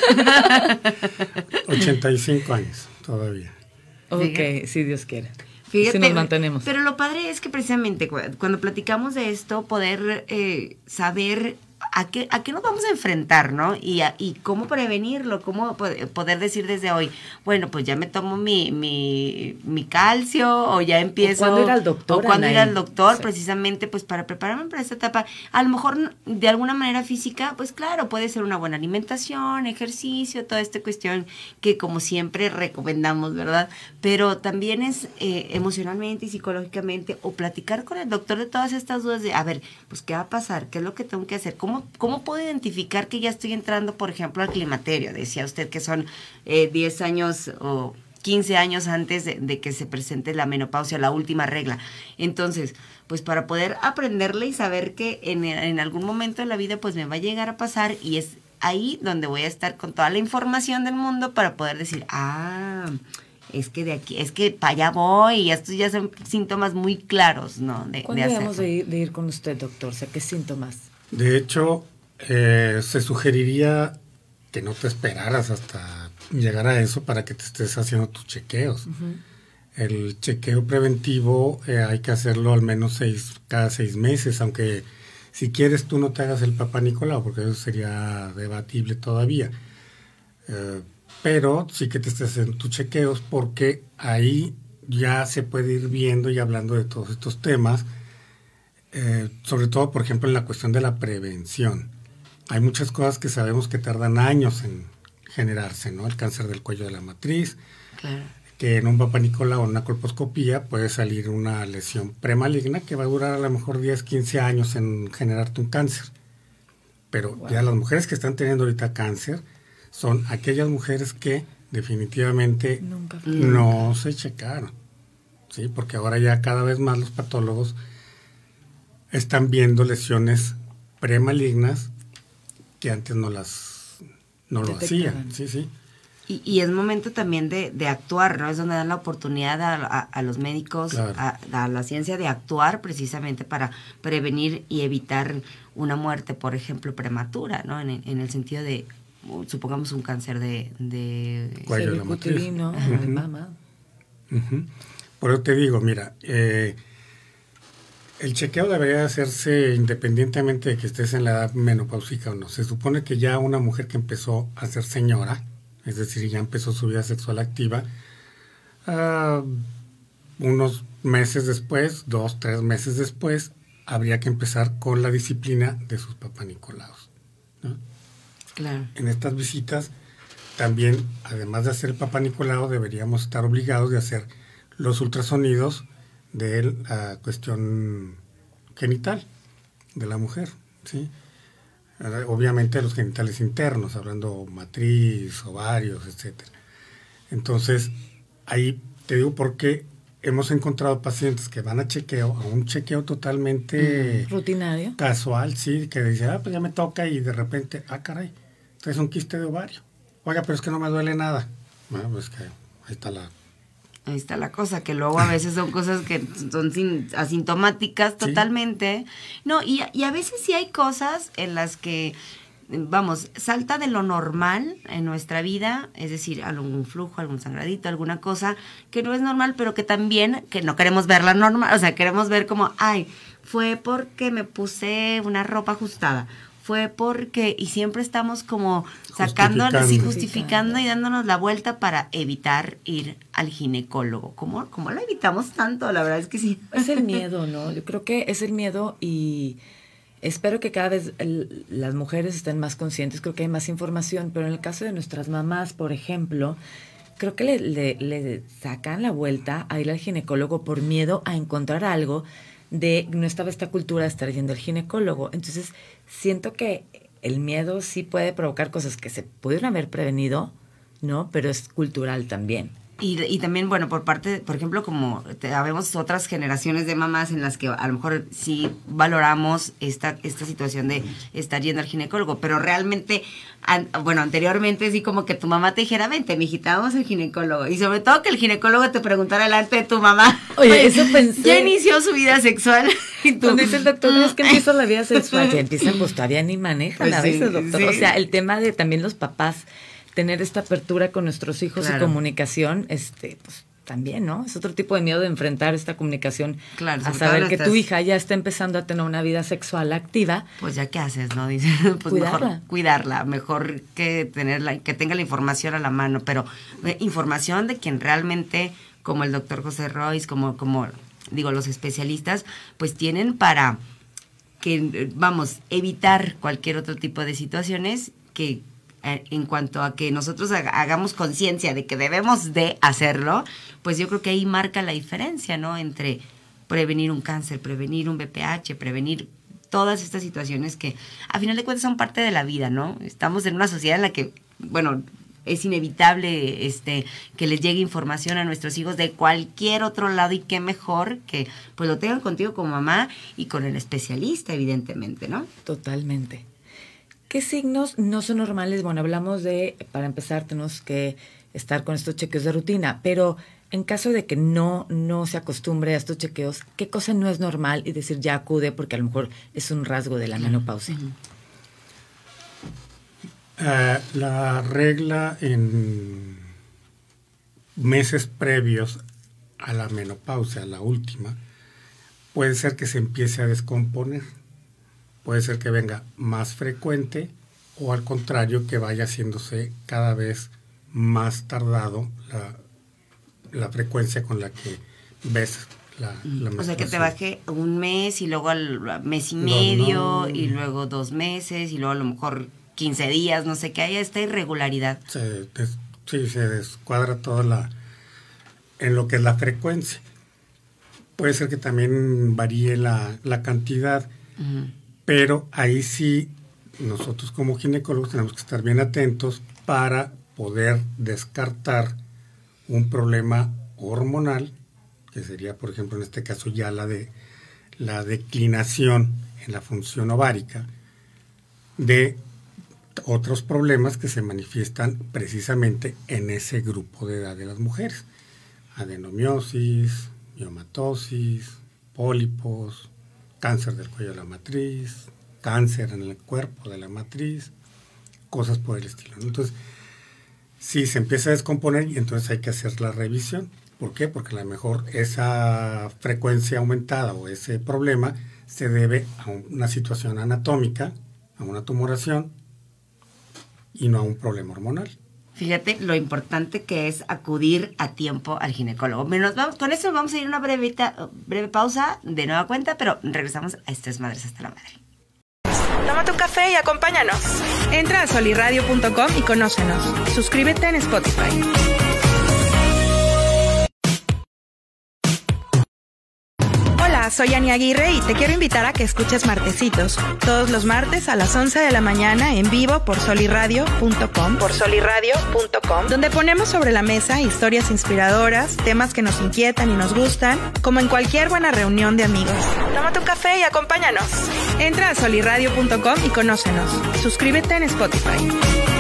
[SPEAKER 4] 85 años todavía.
[SPEAKER 3] Ok, si Dios quiere.
[SPEAKER 1] Fíjate,
[SPEAKER 3] Si nos mantenemos.
[SPEAKER 1] Pero lo padre es que precisamente cuando platicamos de esto, poder saber a qué nos vamos a enfrentar, ¿no? Y cómo prevenirlo, cómo poder decir desde hoy, bueno, pues ya me tomo mi calcio o ya empiezo.
[SPEAKER 3] O cuándo ir al doctor,
[SPEAKER 1] O cuándo ir
[SPEAKER 3] Anaí.
[SPEAKER 1] al doctor,
[SPEAKER 3] Sí.
[SPEAKER 1] precisamente pues para prepararme para esta etapa. A lo mejor de alguna manera física, pues claro, puede ser una buena alimentación, ejercicio, toda esta cuestión que como siempre recomendamos, ¿verdad? Pero también es emocionalmente y psicológicamente o platicar con el doctor de todas estas dudas de, a ver, pues qué va a pasar, qué es lo que tengo que hacer, cómo puedo identificar que ya estoy entrando, por ejemplo, al climaterio. Decía usted que son 10 años o 15 años antes de que se presente la menopausia, la última regla. Entonces, pues para poder aprenderle y saber que en algún momento de la vida pues me va a llegar a pasar, y es ahí donde voy a estar con toda la información del mundo para poder decir, es que de aquí, es que para allá voy, y estos ya son síntomas muy claros, ¿no?
[SPEAKER 3] ¿Cuándo debemos de ir con usted, doctor? O sea, ¿qué síntomas?
[SPEAKER 4] De hecho, se sugeriría que no te esperaras hasta llegar a eso para que te estés haciendo tus chequeos. El chequeo preventivo hay que hacerlo al menos cada 6 meses, aunque si quieres tú no te hagas el Papá Nicolau, porque eso sería debatible todavía. Pero sí que te estés haciendo tus chequeos, porque ahí ya se puede ir viendo y hablando de todos estos temas. Sobre todo, por ejemplo, en la cuestión de la prevención. Hay muchas cosas que sabemos que tardan años en generarse, ¿no? El cáncer del cuello de la matriz,
[SPEAKER 1] Claro.
[SPEAKER 4] que en un Papá Nicolau o una colposcopía puede salir una lesión premaligna que va a durar a lo mejor 10, 15 años en generarte un cáncer. Pero ya las mujeres que están teniendo ahorita cáncer son aquellas mujeres que definitivamente no se checaron, ¿sí? Porque ahora ya cada vez más los patólogos están viendo lesiones premalignas que antes no lo hacían. Sí, sí.
[SPEAKER 1] Y es momento también de actuar, ¿no? Es donde dan la oportunidad a los médicos,
[SPEAKER 4] Claro.
[SPEAKER 1] a la ciencia de actuar precisamente para prevenir y evitar una muerte, por ejemplo, prematura, ¿no? En el sentido de, supongamos, un cáncer de
[SPEAKER 4] Cuello de la matriz.
[SPEAKER 3] Cervicuterino, de mama.
[SPEAKER 4] Ujú. Por eso te digo, mira, el chequeo debería hacerse independientemente de que estés en la edad menopáusica o no. Se supone que ya una mujer que empezó a ser señora, es decir, ya empezó su vida sexual activa, unos meses después, 2, 3 meses después, habría que empezar con la disciplina de sus Papá Nicolaos, ¿no?
[SPEAKER 1] Claro.
[SPEAKER 4] En estas visitas también, además de hacer el Papá Nicolau, deberíamos estar obligados de hacer los ultrasonidos de la cuestión genital de la mujer, ¿sí? Obviamente los genitales internos, hablando matriz, ovarios, etcétera. Entonces, ahí te digo porque hemos encontrado pacientes que van a un chequeo totalmente
[SPEAKER 3] Rutinario.
[SPEAKER 4] casual, sí, que dice, pues ya me toca, y de repente, caray, traes un quiste de ovario. Oiga, pero es que no me duele nada. Bueno, pues que ahí está la
[SPEAKER 1] cosa, que luego a veces son cosas que son asintomáticas
[SPEAKER 4] Sí.
[SPEAKER 1] totalmente. No, y a veces sí hay cosas en las que, vamos, salta de lo normal en nuestra vida, es decir, algún flujo, algún sangradito, alguna cosa que no es normal, pero que también, que no queremos verla normal, o sea, queremos ver como, fue porque me puse una ropa ajustada, fue porque, y siempre estamos como justificando y dándonos la vuelta para evitar ir al ginecólogo. ¿Cómo la evitamos tanto? La verdad es que sí.
[SPEAKER 3] Es el miedo, ¿no? Yo creo que es el miedo, y espero que cada vez las mujeres estén más conscientes. Creo que hay más información, pero en el caso de nuestras mamás, por ejemplo, creo que le sacan la vuelta a ir al ginecólogo por miedo a encontrar algo de no estaba esta cultura de estar yendo al ginecólogo. Entonces, siento que el miedo sí puede provocar cosas que se pudieron haber prevenido ¿no? Pero es cultural también.
[SPEAKER 1] Y también, bueno, por parte, por ejemplo, como habemos otras generaciones de mamás en las que a lo mejor sí valoramos esta situación de estar yendo al ginecólogo, pero realmente, anteriormente sí como que tu mamá te dijera, vente, mijita, vamos al ginecólogo. Y sobre todo que el ginecólogo te preguntara delante de tu mamá.
[SPEAKER 3] Oye, eso pensé.
[SPEAKER 1] Ya inició su vida sexual. Y tú,
[SPEAKER 3] cuando dice el doctor, es que empieza la vida sexual, ya empiezan, pues todavía ni manejan a veces, doctor.
[SPEAKER 1] Sí.
[SPEAKER 3] O sea, el tema de también los papás tener esta apertura con nuestros hijos y comunicación, pues también, ¿no? Es otro tipo de miedo de enfrentar esta comunicación, a saber que tu hija ya está empezando a tener una vida sexual activa.
[SPEAKER 1] Pues ya qué haces, ¿no? Dice, pues cuidarla, mejor que que tenga la información a la mano, pero información de quien realmente, como el doctor José Royce, como digo, los especialistas, pues tienen para que, evitar cualquier otro tipo de situaciones que en cuanto a que nosotros hagamos conciencia de que debemos de hacerlo, pues yo creo que ahí marca la diferencia, ¿no? Entre prevenir un cáncer, prevenir un BPH, prevenir todas estas situaciones que a final de cuentas son parte de la vida, ¿no? Estamos en una sociedad en la que, bueno, es inevitable que les llegue información a nuestros hijos de cualquier otro lado, y qué mejor que pues lo tengan contigo como mamá y con el especialista, evidentemente, ¿no?
[SPEAKER 3] Totalmente. ¿Qué signos no son normales? Bueno, hablamos de, para empezar, tenemos que estar con estos chequeos de rutina, pero en caso de que no se acostumbre a estos chequeos, ¿qué cosa no es normal? Y decir, ya acude, porque a lo mejor es un rasgo de la menopausia.
[SPEAKER 4] La regla en meses previos a la menopausia, la última, puede ser que se empiece a descomponer. Puede ser que venga más frecuente o al contrario que vaya haciéndose cada vez más tardado la frecuencia con la que ves la menstruación.
[SPEAKER 1] O sea, que te baje un mes y luego al mes y medio y luego 2 meses y luego a lo mejor 15 días, no sé, que haya esta irregularidad.
[SPEAKER 4] Se descuadra toda en lo que es la frecuencia. Puede ser que también varíe la cantidad. Pero ahí sí, nosotros como ginecólogos tenemos que estar bien atentos para poder descartar un problema hormonal, que sería, por ejemplo, en este caso ya la declinación en la función ovárica, de otros problemas que se manifiestan precisamente en ese grupo de edad de las mujeres. Adenomiosis, miomatosis, pólipos, cáncer del cuello de la matriz, cáncer en el cuerpo de la matriz, cosas por el estilo, ¿no? Entonces, sí, se empieza a descomponer y entonces hay que hacer la revisión. ¿Por qué? Porque a lo mejor esa frecuencia aumentada o ese problema se debe a una situación anatómica, a una tumoración y no a un problema hormonal.
[SPEAKER 1] Fíjate lo importante que es acudir a tiempo al ginecólogo. Con eso vamos a ir a una breve pausa de nueva cuenta, pero regresamos a Esto es Madres hasta la Madre.
[SPEAKER 7] Tómate un café y acompáñanos. Entra a solirradio.com y conócenos. Suscríbete en Spotify. Hola, soy Ani Aguirre y te quiero invitar a que escuches Martesitos, todos los martes a las 11 de la mañana en vivo por solirradio.com, donde ponemos sobre la mesa historias inspiradoras, temas que nos inquietan y nos gustan, como en cualquier buena reunión de amigos. Tómate un café y acompáñanos. Entra a solirradio.com y conócenos. Suscríbete en Spotify.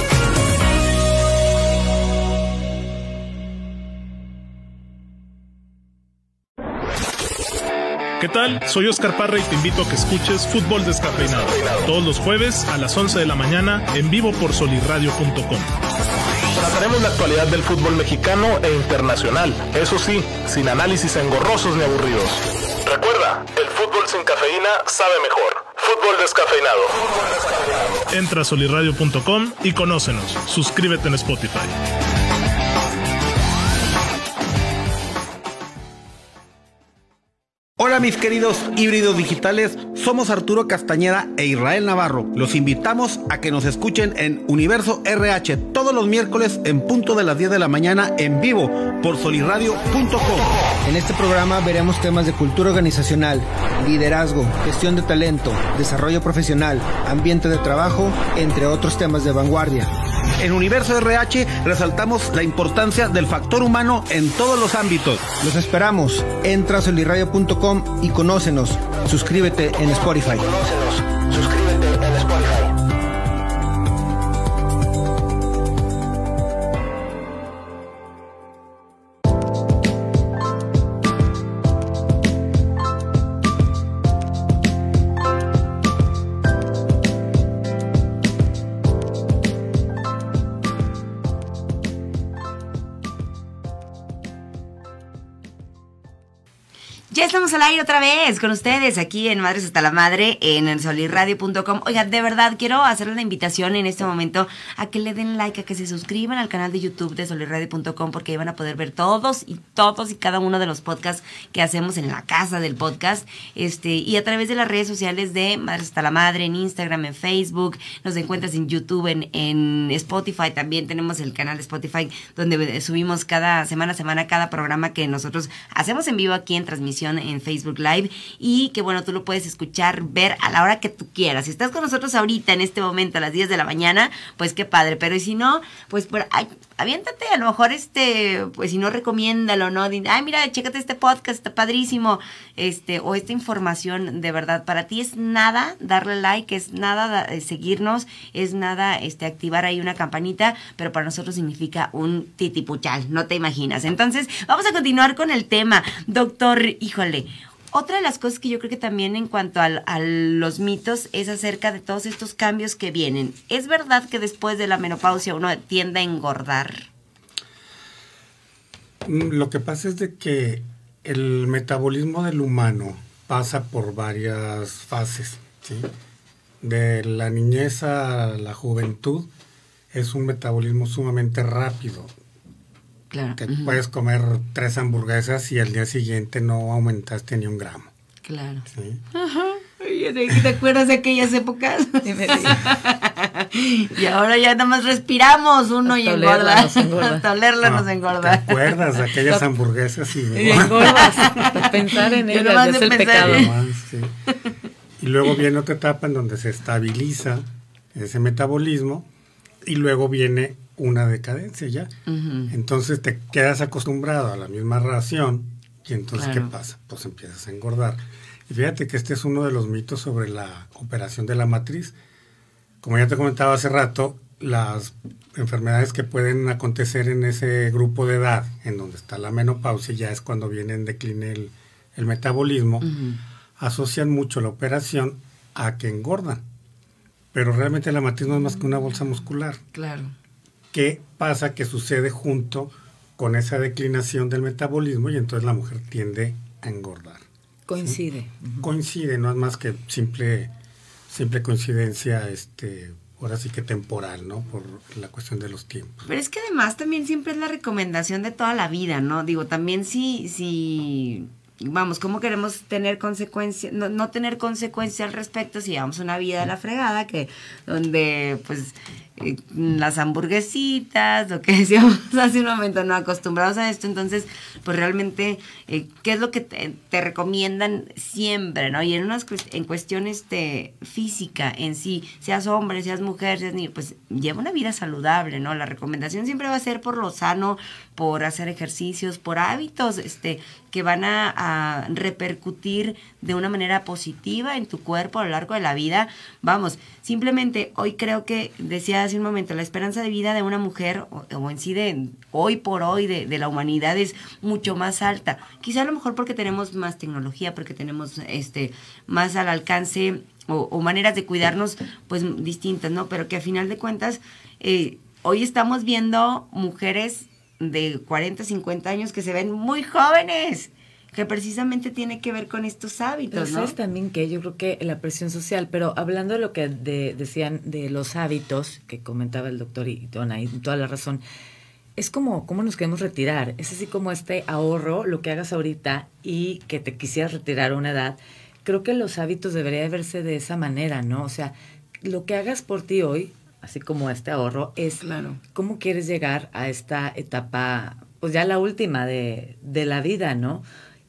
[SPEAKER 8] ¿Qué tal? Soy Oscar Parra y te invito a que escuches Fútbol Descafeinado todos los jueves a las 11 de la mañana en vivo por solirradio.com.
[SPEAKER 9] Trataremos la actualidad del fútbol mexicano e internacional, eso sí, sin análisis engorrosos ni aburridos. Recuerda, el fútbol sin cafeína sabe mejor. Fútbol Descafeinado.
[SPEAKER 8] Entra a solirradio.com y conócenos. Suscríbete en Spotify.
[SPEAKER 10] Hola mis queridos híbridos digitales, somos Arturo Castañeda e Israel Navarro. Los invitamos a que nos escuchen en Universo RH todos los miércoles en punto de las 10 de la mañana en vivo por solirradio.com.
[SPEAKER 11] En este programa veremos temas de cultura organizacional, liderazgo, gestión de talento, desarrollo profesional, ambiente de trabajo, entre otros temas de vanguardia.
[SPEAKER 10] En Universo RH resaltamos la importancia del factor humano en todos los ámbitos.
[SPEAKER 11] Los esperamos. Entra a solirradio.com y conócenos. Suscríbete en Spotify.
[SPEAKER 1] Ya estamos al aire otra vez con ustedes aquí en Madres hasta la Madre en el solirradio.com. Oigan, de verdad quiero hacerles la invitación en este momento a que le den like, a que se suscriban al canal de YouTube de solirradio.com, porque ahí van a poder ver todos y cada uno de los podcasts que hacemos en la casa del podcast, y a través de las redes sociales de Madres hasta la Madre, en Instagram, en Facebook, nos encuentras en YouTube, en Spotify. También tenemos el canal de Spotify donde subimos cada semana cada programa que nosotros hacemos en vivo aquí en transmisión en Facebook Live, y que bueno, tú lo puedes escuchar, ver a la hora que tú quieras. Si estás con nosotros ahorita en este momento a las 10 de la mañana, pues qué padre, pero si no, pues aviéntate, a lo mejor pues si no, recomiéndalo, ¿no? Ay, mira, chécate este podcast, está padrísimo, o esta información, de verdad, para ti es nada darle like, es nada seguirnos, es nada activar ahí una campanita, pero para nosotros significa un titipuchal, no te imaginas. Entonces, vamos a continuar con el tema, doctor. Híjole, otra de las cosas que yo creo que también en cuanto a los mitos es acerca de todos estos cambios que vienen. ¿Es verdad que después de la menopausia uno tiende a engordar?
[SPEAKER 4] Lo que pasa es de que el metabolismo del humano pasa por varias fases, ¿sí? De la niñez a la juventud es un metabolismo sumamente rápido. Claro. Que puedes comer 3 hamburguesas y al día siguiente no aumentaste ni 1 gramo.
[SPEAKER 1] Claro.
[SPEAKER 4] ¿Sí?
[SPEAKER 1] Ajá. ¿Te acuerdas de aquellas épocas? Y ahora ya nada más respiramos uno y engorda. Hasta olerla nos engorda.
[SPEAKER 4] ¿Te acuerdas de aquellas hamburguesas?
[SPEAKER 3] Y engordas. Pensar en ellas ya es el pecado.
[SPEAKER 4] Sí. Y luego viene otra etapa en donde se estabiliza ese metabolismo y luego viene una decadencia ya. Uh-huh. Entonces te quedas acostumbrado a la misma ración y entonces ¿qué pasa? Pues empiezas a engordar. Y fíjate que este es uno de los mitos sobre la operación de la matriz. Como ya te comentaba hace rato, las enfermedades que pueden acontecer en ese grupo de edad, en donde está la menopausia, ya es cuando viene en decline el metabolismo, asocian mucho la operación a que engordan. Pero realmente la matriz no es más que una bolsa muscular.
[SPEAKER 1] Claro.
[SPEAKER 4] ¿Qué pasa? Que sucede junto con esa declinación del metabolismo y entonces la mujer tiende a engordar.
[SPEAKER 3] Coincide.
[SPEAKER 4] ¿Sí? Uh-huh. Coincide, no es más que simple coincidencia, ahora sí que temporal, ¿no? Por la cuestión de los tiempos.
[SPEAKER 1] Pero es que además también siempre es la recomendación de toda la vida, ¿no? Digo, también si vamos, ¿cómo queremos tener consecuencias, no tener consecuencias al respecto si llevamos una vida de la fregada, donde pues las hamburguesitas, lo que decíamos hace un momento, no acostumbrados a esto? Entonces, pues realmente, ¿qué es lo que te recomiendan siempre, no? Y en cuestión física en sí, seas hombre, seas mujer, seas niño, pues lleva una vida saludable, ¿no? La recomendación siempre va a ser por lo sano, por hacer ejercicios, por hábitos que van a repercutir de una manera positiva en tu cuerpo a lo largo de la vida. Vamos, simplemente hoy creo que, decía hace un momento, la esperanza de vida de una mujer, o en sí de hoy por hoy de la humanidad, es mucho más alta. Quizá a lo mejor porque tenemos más tecnología, porque tenemos más al alcance o maneras de cuidarnos pues distintas, ¿no? Pero que a final de cuentas hoy estamos viendo mujeres de 40, 50 años que se ven muy jóvenes, que precisamente tiene que ver con estos hábitos,
[SPEAKER 3] pero
[SPEAKER 1] ¿no?
[SPEAKER 3] ¿sabes también que yo creo que la presión social, pero hablando de lo que decían de los hábitos, que comentaba el doctor y toda la razón, es como cómo nos queremos retirar. Es así como ahorro, lo que hagas ahorita y que te quisieras retirar a una edad. Creo que los hábitos deberían verse de esa manera, ¿no? O sea, lo que hagas por ti hoy, así como ahorro, es cómo quieres llegar a esta etapa, pues ya la última de la vida, ¿no?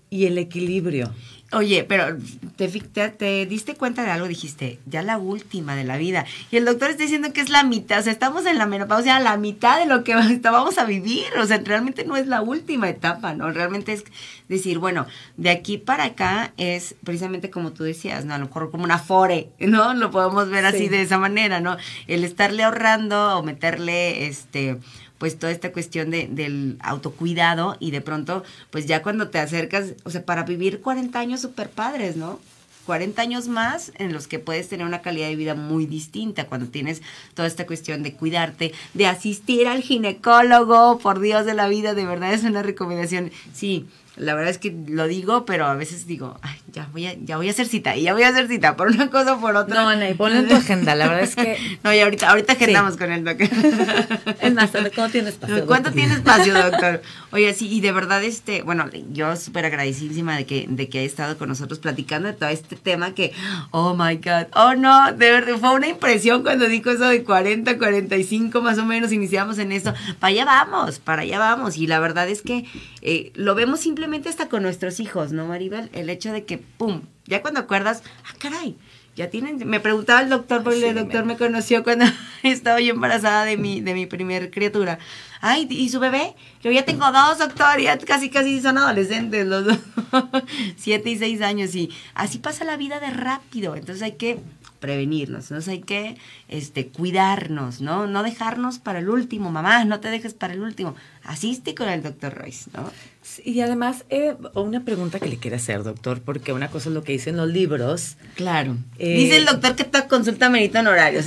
[SPEAKER 3] y el equilibrio.
[SPEAKER 1] Oye, pero te diste cuenta de algo, dijiste, ya la última de la vida. Y el doctor está diciendo que es la mitad, o sea, estamos en la menopausia, la mitad de lo que vamos a vivir. O sea, realmente no es la última etapa, ¿no? Realmente es decir, bueno, de aquí para acá es precisamente como tú decías, ¿no? A lo mejor como una afore, ¿no? Lo podemos ver así de esa manera, ¿no? El estarle ahorrando o meterle, pues toda esta cuestión del autocuidado y de pronto, pues ya cuando te acercas, o sea, para vivir 40 años súper padres, ¿no? 40 años más en los que puedes tener una calidad de vida muy distinta cuando tienes toda esta cuestión de cuidarte, de asistir al ginecólogo, por Dios de la vida, de verdad es una recomendación. Sí, la verdad es que lo digo, pero a veces digo, ay, ya voy a hacer cita, y ya voy a hacer cita, por una cosa o por otra.
[SPEAKER 3] No, Ana, y ponlo en tu agenda, la verdad es que...
[SPEAKER 1] No, y ahorita agendamos con el doctor.
[SPEAKER 3] Es más, ¿cuánto tiene espacio?
[SPEAKER 1] ¿Cuánto tiene espacio, doctor? Oye, sí, y de verdad, bueno, yo súper agradecidísima de que haya estado con nosotros platicando de todo este tema que, oh my God, oh no, de verdad, fue una impresión cuando dijo eso de 40, 45 más o menos, iniciamos en eso, para allá vamos, y la verdad es que lo vemos simplemente hasta con nuestros hijos, ¿no, Maribel? El hecho de que, pum, ya cuando acuerdas, caray, ya tienen, me preguntaba el doctor, porque el doctor me conoció cuando estaba yo embarazada de mi primer criatura. Ay, ¿y su bebé? Yo ya tengo 2, doctor, ya casi son adolescentes los dos, 7 y 6 años, y así pasa la vida de rápido, entonces hay que prevenirnos, entonces hay que cuidarnos, ¿no? No dejarnos para el último, mamá, no te dejes para el último, asiste con el doctor Royce, ¿no?
[SPEAKER 3] Sí, y además, una pregunta que le quiero hacer, doctor, porque una cosa es lo que dicen los libros.
[SPEAKER 1] Claro. Dice el doctor que toda consulta merita honorarios.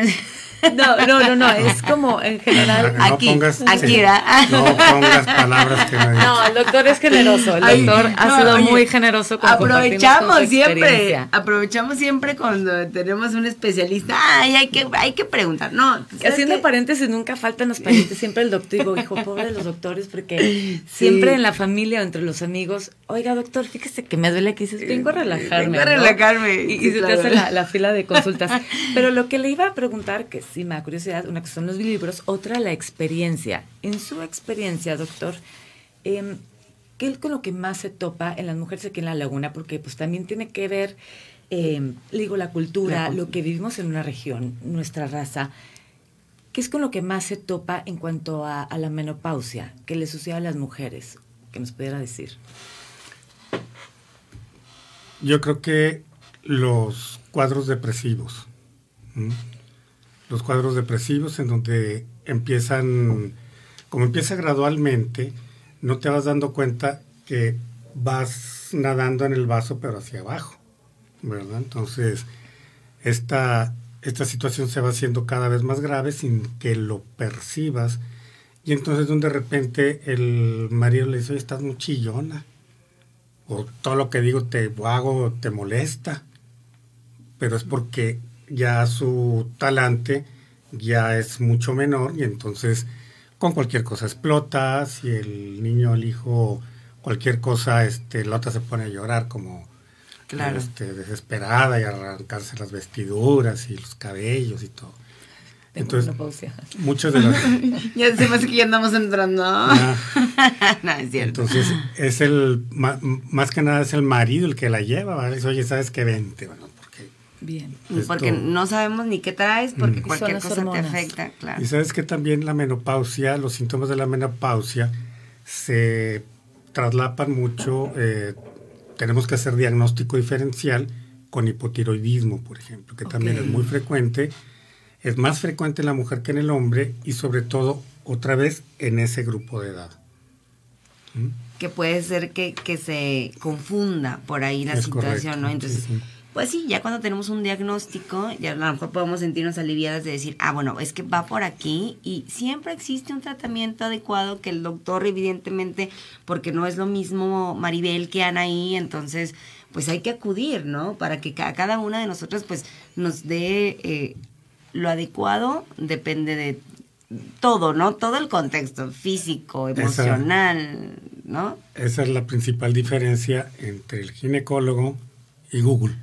[SPEAKER 3] No, es como en general.
[SPEAKER 4] No pongas palabras que no.
[SPEAKER 3] No, el doctor es generoso, el doctor ha sido muy generoso con
[SPEAKER 1] aprovechamos siempre cuando tenemos un especialista, hay que preguntar, no.
[SPEAKER 3] Haciendo paréntesis, nunca faltan los parientes, siempre el doctor, digo, hijo, pobre de los doctores, porque siempre en la familia o entre los amigos, oiga, doctor, fíjese que me duele aquí, dices, vengo a relajarme. Y se te hace la fila de consultas. Pero lo que le iba a preguntar, que sí me da curiosidad, una cosa son los libros, otra la experiencia. En su experiencia, doctor, ¿qué es con lo que más se topa en las mujeres aquí en La Laguna? Porque pues también tiene que ver, la cultura, lo que vivimos en una región, nuestra raza. ¿Qué es con lo que más se topa en cuanto a la menopausia? ¿Qué le sucede a las mujeres? ¿Qué nos pudiera decir?
[SPEAKER 4] Yo creo que los cuadros depresivos. Los cuadros depresivos en donde empieza gradualmente, no te vas dando cuenta que vas nadando en el vaso pero hacia abajo, ¿verdad? Entonces, esta situación se va haciendo cada vez más grave sin que lo percibas, y entonces donde de repente el marido le dice, oye, estás muy chillona, o todo lo que digo te hago te molesta, pero es porque ya su talante ya es mucho menor, y entonces con cualquier cosa explota. Si el niño, el hijo, cualquier cosa, la otra se pone a llorar como desesperada, y arrancarse las vestiduras y los cabellos y todo. Entonces, muchos de los...
[SPEAKER 1] Ya se me hace que ya andamos entrando. No, es cierto.
[SPEAKER 4] Entonces, es más que nada es el marido el que la lleva, ¿vale? Dice, oye, ¿sabes qué? Vente, bueno,
[SPEAKER 3] bien.
[SPEAKER 1] Porque no sabemos ni qué traes, porque cualquier cosa te afecta, claro.
[SPEAKER 4] Y sabes que también la menopausia, los síntomas de la menopausia se traslapan mucho. Tenemos que hacer diagnóstico diferencial con hipotiroidismo, por ejemplo, que también es muy frecuente. Es más frecuente en la mujer que en el hombre, y sobre todo, otra vez, en ese grupo de edad.
[SPEAKER 1] Que puede ser que se confunda por ahí la situación, correcto, ¿no? Entonces... Sí. Pues sí, ya cuando tenemos un diagnóstico, ya a lo mejor podemos sentirnos aliviadas de decir, bueno, es que va por aquí, y siempre existe un tratamiento adecuado que el doctor, evidentemente, porque no es lo mismo Maribel que Anaí, entonces, pues hay que acudir, ¿no? Para que cada una de nosotras, pues, nos dé lo adecuado, depende de todo, ¿no? Todo el contexto físico, emocional, ¿no?
[SPEAKER 4] Esa es la principal diferencia entre el ginecólogo y Google.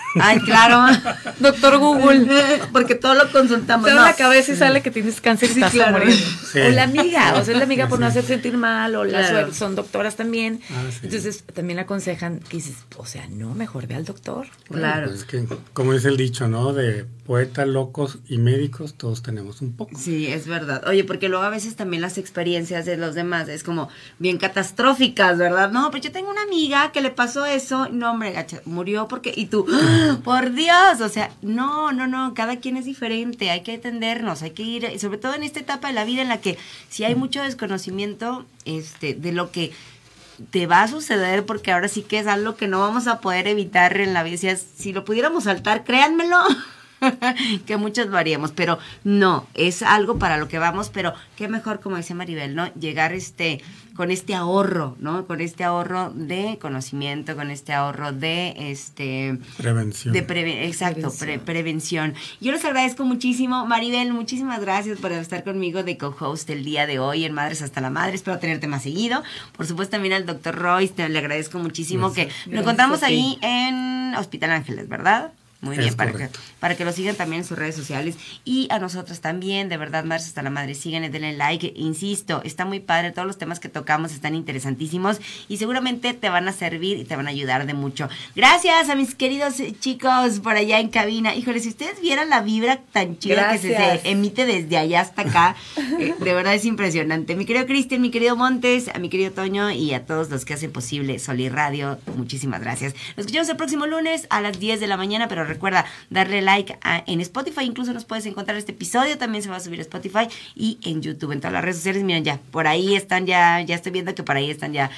[SPEAKER 1] Ay, claro.
[SPEAKER 3] Doctor Google.
[SPEAKER 1] Porque todo lo consultamos.
[SPEAKER 3] Te da la cabeza y sale que tienes cáncer y estás muriendo.
[SPEAKER 4] Sí.
[SPEAKER 3] O la amiga, o sea, es la amiga por no hacer sentir mal, o
[SPEAKER 1] Claro.
[SPEAKER 3] son doctoras también.
[SPEAKER 4] Sí.
[SPEAKER 3] Entonces, también aconsejan que dices, o sea, no, mejor ve al doctor.
[SPEAKER 1] Claro.
[SPEAKER 4] Pues es que, como dice el dicho, ¿no? De poetas, locos y médicos, todos tenemos un poco.
[SPEAKER 1] Sí, es verdad. Oye, porque luego a veces también las experiencias de los demás es como bien catastróficas, ¿verdad? No, pues yo tengo una amiga que le pasó eso, no, hombre, gacha, murió porque, y tú, ¡ah! Por Dios, o sea, no, cada quien es diferente, hay que atendernos, hay que ir, sobre todo en esta etapa de la vida en la que si hay mucho desconocimiento, de lo que te va a suceder, porque ahora sí que es algo que no vamos a poder evitar en la vida. Si lo pudiéramos saltar, créanmelo, que muchos lo haríamos, pero no, es algo para lo que vamos, pero qué mejor, como dice Maribel, ¿no? Llegar con este ahorro, ¿no? Con este ahorro de conocimiento, con este ahorro de
[SPEAKER 4] prevención.
[SPEAKER 1] Exacto, prevención. Yo les agradezco muchísimo, Maribel, muchísimas gracias por estar conmigo de co-host el día de hoy en Madres hasta la Madre. Espero tenerte más seguido. Por supuesto, también al doctor Royce, le agradezco muchísimo que lo encontramos ahí en Hospital Ángeles, ¿verdad? Muy bien, para que lo sigan también en sus redes sociales. Y a nosotros también, de verdad, Madres hasta la Madre, síganle, denle like. Insisto, está muy padre, todos los temas que tocamos están interesantísimos y seguramente te van a servir y te van a ayudar de mucho. Gracias a mis queridos chicos por allá en cabina. Híjole, si ustedes vieran la vibra tan chida que se emite desde allá hasta acá, de verdad es impresionante. Mi querido Cristian, mi querido Montes, a mi querido Toño y a todos los que hacen posible Soli Radio, muchísimas gracias. Nos escuchamos el próximo lunes a las 10 de la mañana, pero recuerda darle like en Spotify, incluso nos puedes encontrar este episodio, también se va a subir a Spotify y en YouTube, en todas las redes sociales. Miren, ya, por ahí están ya estoy viendo que por ahí están ya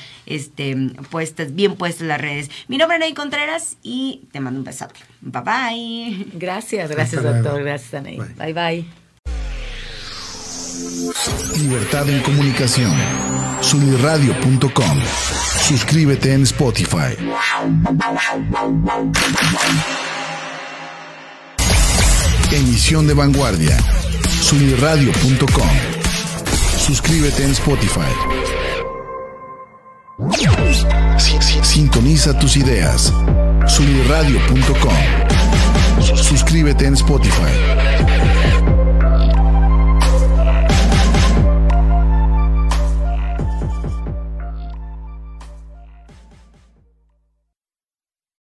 [SPEAKER 1] bien puestas las redes. Mi nombre es Anaí Contreras y te mando un besote. Bye bye.
[SPEAKER 3] Gracias, doctor, gracias Anaí. Bye bye.
[SPEAKER 12] Libertad en comunicación. Solirradio.com. Suscríbete en Spotify. Emisión de vanguardia. Solirradio.com. Suscríbete en Spotify. Sintoniza tus ideas. Solirradio.com. Suscríbete en Spotify.